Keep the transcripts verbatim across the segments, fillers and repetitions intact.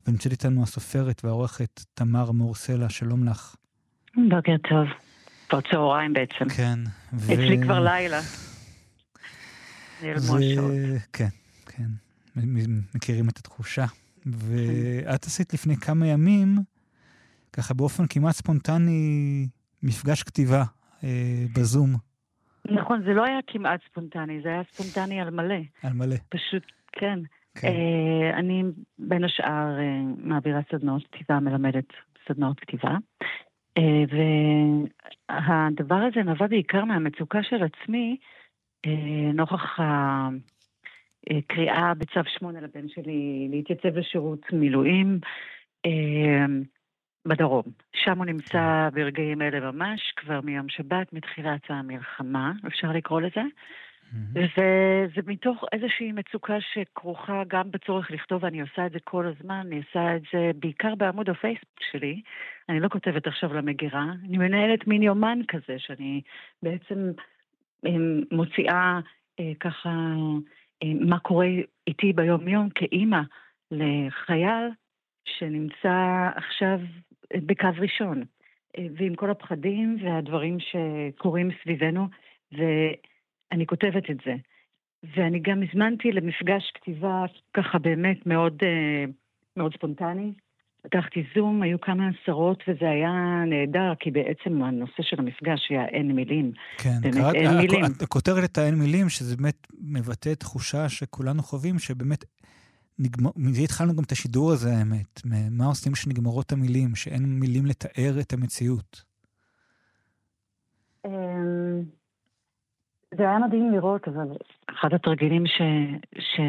ונמצאת איתנו הסופרת והעורכת תמר מורסלה, שלום לך. בוקר טוב. כבר צהריים בעצם. כן. ו... אצלי כבר לילה. ו... כן, כן. מכירים את התחושה. ואת עשית לפני כמה ימים, ככה באופן כמעט ספונטני, מפגש כתיבה אה, בזום. נכון, זה לא היה כמעט ספונטני, זה היה ספונטני על מלא. על מלא. פשוט, כן. כן. אה, אני בין השאר אה, מעבירה סדנות כתיבה, מלמדת סדנות כתיבה. אה, והדבר הזה נבע בעיקר מהמצוקה של עצמי, אה, נוכח הקריאה בצו שמונה לבן שלי להתייצב לשירות מילואים, אה, בדרום. שם הוא נמצא ברגעים אלה ממש, כבר מיום שבת, מתחילת המלחמה, אפשר לקרוא לזה. וזה מתוך איזושהי מצוקה שכרוכה גם בצורך לכתוב, ואני עושה את זה כל הזמן, אני עושה את זה בעיקר בעמוד הפייסבוק שלי, אני לא כותבת עכשיו למגירה, אני מנהלת מין יומן כזה, שאני בעצם מוציאה ככה מה קורה איתי ביום יום כאימא לחייל שנמצא עכשיו בקו ראשון, ועם כל הפחדים והדברים שקורים סביבנו, ואני כותבת את זה. ואני גם הזמנתי למפגש כתיבה ככה באמת מאוד, מאוד ספונטני. פתחתי זום, היו כמה עשרות, וזה היה נהדר, כי בעצם הנושא של המפגש היה אין מילים. כן, באמת קראת, אין מילים. את כותרת את האין מילים, שזה באמת מבטא תחושה שכולנו חווים, שבאמת נגמר, מזה התחלנו גם את השידור הזה, האמת. מה עושים שנגמרות המילים, שאין מילים לתאר את המציאות? זה היה מדהים לראות, אבל אחד התרגילים ש... ש...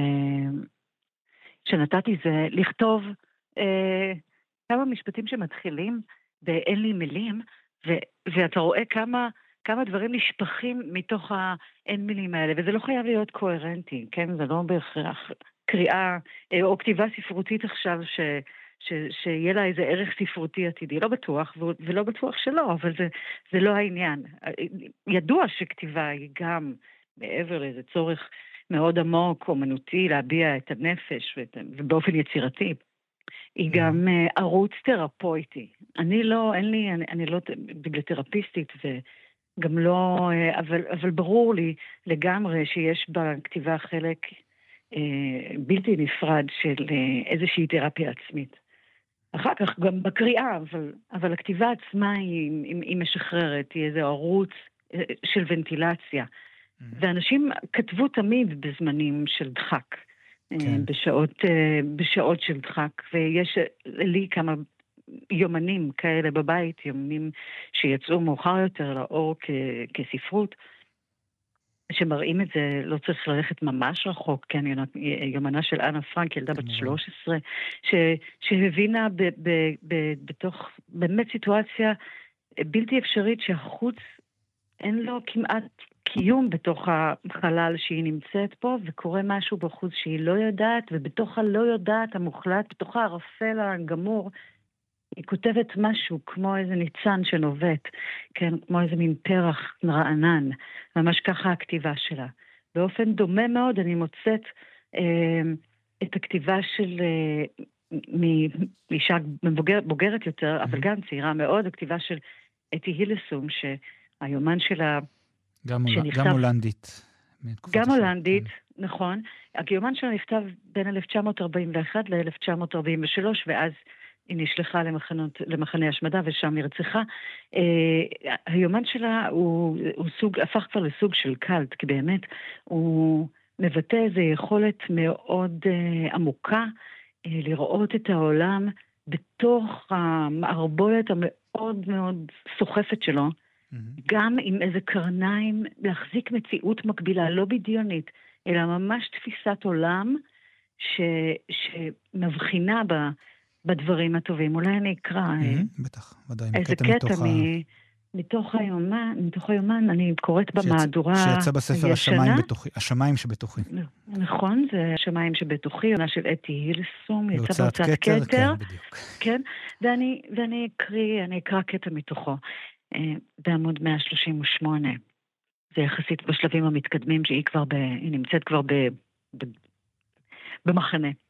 שנתתי זה לכתוב אה, כמה משפטים שמתחילים ואין לי מילים, ו... ואתה רואה כמה, כמה דברים נשפכים מתוך האין מילים האלה, וזה לא חייב להיות קוהרנטי, כן? זה לא בהכרח קריאה או כתיבה ספרותית עכשיו ש... ש... שיהיה לה איזה ערך ספרותי עתידי, לא בטוח, ו... ולא בטוח שלא, אבל זה, זה לא העניין. ידוע שכתיבה היא גם מעבר לאיזה צורך מאוד עמוק, אומנותי, להביע את הנפש, ואת... ובאופן יצירתי. היא גם ערוץ תרפויטי. אני לא, אין לי, אני, אני לא ביבליותרפיסטית, וגם לא, אבל, אבל ברור לי לגמרי שיש בכתיבה חלק אה, בלתי נפרד של אה, איזושהי תרפיה עצמית. אחר כך גם בקריאה, אבל, אבל הכתיבה עצמה היא, היא, היא משחררת, היא איזה ערוץ אה, של ונטילציה. Mm-hmm. ואנשים כתבו תמיד בזמנים של דחק. כן. בשעות, בשעות של דחק, ויש לי כמה יומנים כאלה בבית, יומנים שיצאו מאוחר יותר לאור כ, כספרות, שמראים את זה, לא צריך ללכת ממש רחוק, כן, יומנה של אנה פרנק, ילדה בת שלוש עשרה, ש, שהבינה ב, ב, ב, בתוך באמת סיטואציה בלתי אפשרית שהחוץ אין לו כמעט קיום בתוך החלל שהיא נמצאת פה, וקורה משהו בחוץ שהיא לא יודעת, ובתוך הלא יודעת המוחלט, בתוך הערפל הגמור, היא כותבת משהו כמו איזה ניצן שנובט, כן, כמו איזה מין פרח רענן, ממש ככה הכתיבה שלה. באופן דומה מאוד אני מוצאת אה, את הכתיבה של אה, מאישה בוגר, בוגרת יותר, אבל גם צעירה מאוד, הכתיבה של אתי הילסום, שהיומן שלה גם, שנכתב, גם הולנדית. גם הולנדית, כן. נכון. היומן שלה נכתב בין אלף תשע מאות ארבעים ואחת ל-אלף תשע מאות ארבעים ושלוש, ואז היא נשלחה למחנות, למחנה השמדה, ושם נרצחה. אה, היומן שלה הוא, הוא סוג, הפך כבר לסוג של קלט, כי באמת הוא מבטא איזו יכולת מאוד אה, עמוקה, אה, לראות את העולם בתוך המערבולת המאוד מאוד סוחפת שלו, גם עם איזה קרניים, להחזיק מציאות מקבילה, לא בדיונית, אלא ממש תפיסת עולם ש, שמבחינה ב, בדברים הטובים. אולי אני אקרא mm-hmm, בטח, ודאי, איזה קטע, קטע מתוך, מ, ה... מתוך, היומן, מתוך היומן, אני קוראת במהדורה הישנה. שיצא בספר השמיים בתוכי, השמיים שבתוכי. נכון, זה השמיים שבתוכי, עונה של אתי הילסום, יצא בהוצאת בהוצאת כתר, כתר, כן, בדיוק. כן, ואני, ואני אקריא, אני אקרא קטע מתוכו. בעמוד מאה שלושים ושמונה. זה יחסית בשלבים המתקדמים שהיא כבר ב... היא נמצאת כבר ב... ב... במחנה. Mm-hmm.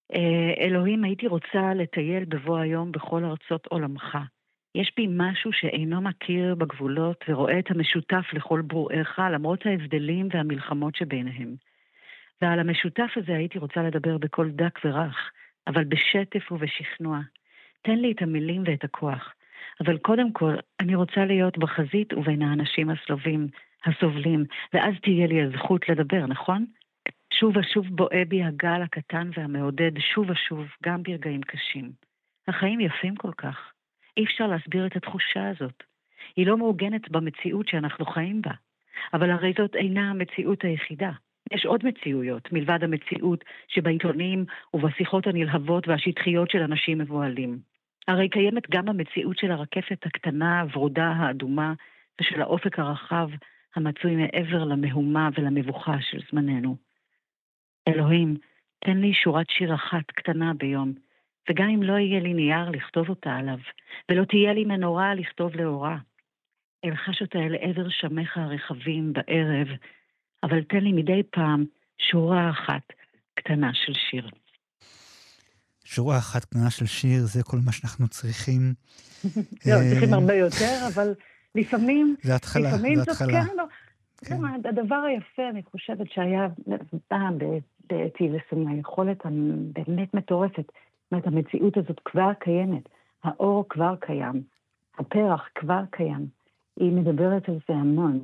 אלוהים, הייתי רוצה לטייל בבוא היום בכל ארצות עולמך. יש בי משהו שאינו מכיר בגבולות ורואה את המשותף לכל ברואיך, למרות ההבדלים והמלחמות שביניהם. ועל המשותף הזה הייתי רוצה לדבר בכל דק ורח, אבל בשטף ובשכנוע. תן לי את המילים ואת הכוח. אבל קודם כל, אני רוצה להיות בחזית ובין האנשים הסלובים, הסובלים, ואז תהיה לי הזכות לדבר, נכון? שוב ושוב בואה בי הגל הקטן והמעודד, שוב ושוב, גם ברגעים קשים. החיים יפים כל כך. אי אפשר להסביר את התחושה הזאת. היא לא מעוגנת במציאות שאנחנו חיים בה. אבל הרי זאת אינה המציאות היחידה. יש עוד מציאויות, מלבד המציאות שבעיתונים ובשיחות הנלהבות והשטחיות של אנשים מבועלים. הרי קיימת גם המציאות של הרקפת הקטנה, הוורודה, האדומה, ושל האופק הרחב, המצוי מעבר למהומה ולמבוכה של זמננו. אלוהים, תן לי שורת שיר אחת קטנה ביום, וגם אם לא יהיה לי נייר לכתוב אותה עליו, ולא תהיה לי מנורה לכתוב לאורה. אלחש אותה אל עבר שמך הרחבים בערב, אבל תן לי מדי פעם שורה אחת קטנה של שיר. שורה אחת קטנה של שיר, זה כל מה שאנחנו צריכים. לא, צריכים הרבה יותר, אבל לפעמים... זה התחלה, זה התחלה. כן, הדבר היפה, אני חושבת שהיה בטילסון, היכולת באמת מטורפת. זאת אומרת, המציאות הזאת כבר קיימת, האור כבר קיים, הפרח כבר קיים. היא מדברת על זה המון.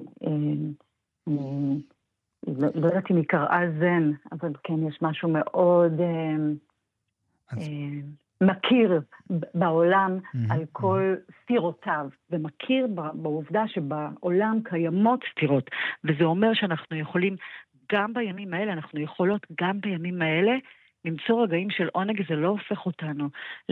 לא יודעת אם היא קראה זן, אבל כן, יש משהו מאוד מכיר בעולם על כל סתירותיו, ומכיר בעובדה שבעולם קיימות סתירות, וזה אומר שאנחנו יכולים, גם בימים האלה, אנחנו יכולות גם בימים האלה, למצוא רגעים של עונג. זה לא הופך אותנו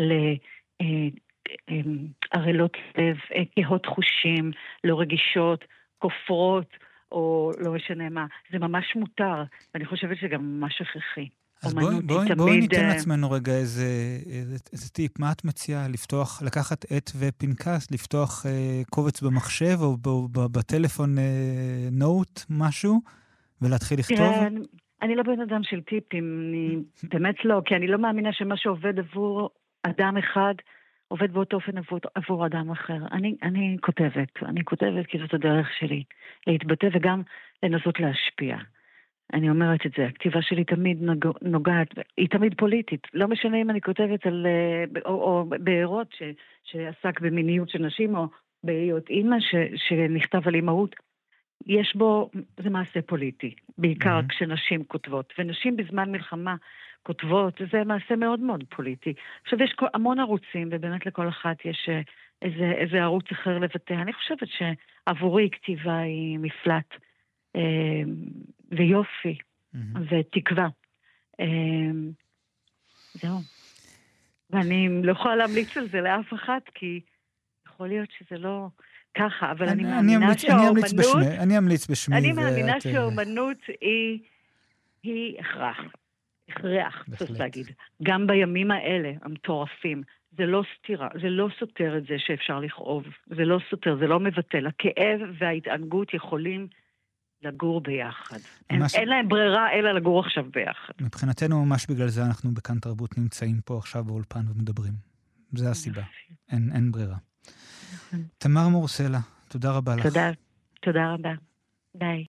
לערלות לב, כהות חושים, לא רגישות, כופרות, או לא משנה מה. זה ממש מותר, ואני חושבת שגם ממש הכרחי. אז בואי, בואי, בואי ניתן לעצמנו רגע איזה, איזה, איזה טיפ. מה את מציעה? לפתוח, לקחת עט ופנקס, לפתוח אה, קובץ במחשב או ב, ב, בטלפון אה, נוט, משהו, ולהתחיל לכתוב? תראה, אני, אני לא בן אדם של טיפים, אני באמת לא, כי אני לא מאמינה שמה שעובד עבור אדם אחד, עובד באותו אופן עבור, עבור אדם אחר. אני, אני כותבת, אני כותבת כי זאת הדרך שלי להתבטא וגם לנסות להשפיע. אני אומרת את זה, הכתיבה שלי תמיד נוגעת, היא תמיד פוליטית. לא משנה אם אני כותבת על, או, או בעירות ש, שעסק במיניות של נשים, או בהיות אימא ש, שנכתב על אימהות. יש בו, זה מעשה פוליטי, בעיקר mm-hmm. כשנשים כותבות. ונשים בזמן מלחמה כותבות, זה מעשה מאוד מאוד פוליטי. עכשיו יש כל, המון ערוצים, ובאמת לכל אחת יש איזה, איזה ערוץ אחר לבטא. אני חושבת שעבורי כתיבה היא מפלט. ויופי, ותקווה. זהו. ואני לא יכולה להמליץ על זה לאף אחד, כי יכול להיות שזה לא ככה, אבל אני מאמינה שהאומנות... אני אמליץ בשמי. אני מאמינה שהאומנות היא הכרח. הכרח, צריך להגיד. גם בימים האלה, המטורפים. זה לא סתירה, זה לא סותר את זה שאפשר לכאוב. זה לא סותר, זה לא מבטל. הכאב וההתענגות יכולים לגור ביחד. ממש... אין, אין להם ברירה אלא לגור עכשיו ביחד. מבחינתנו ממש בגלל זה אנחנו בכאן תרבות נמצאים פה עכשיו באולפן ומדברים. זה הסיבה. אין, אין ברירה. תמר מורסלה, תודה רבה לך. תודה, תודה רבה. ביי.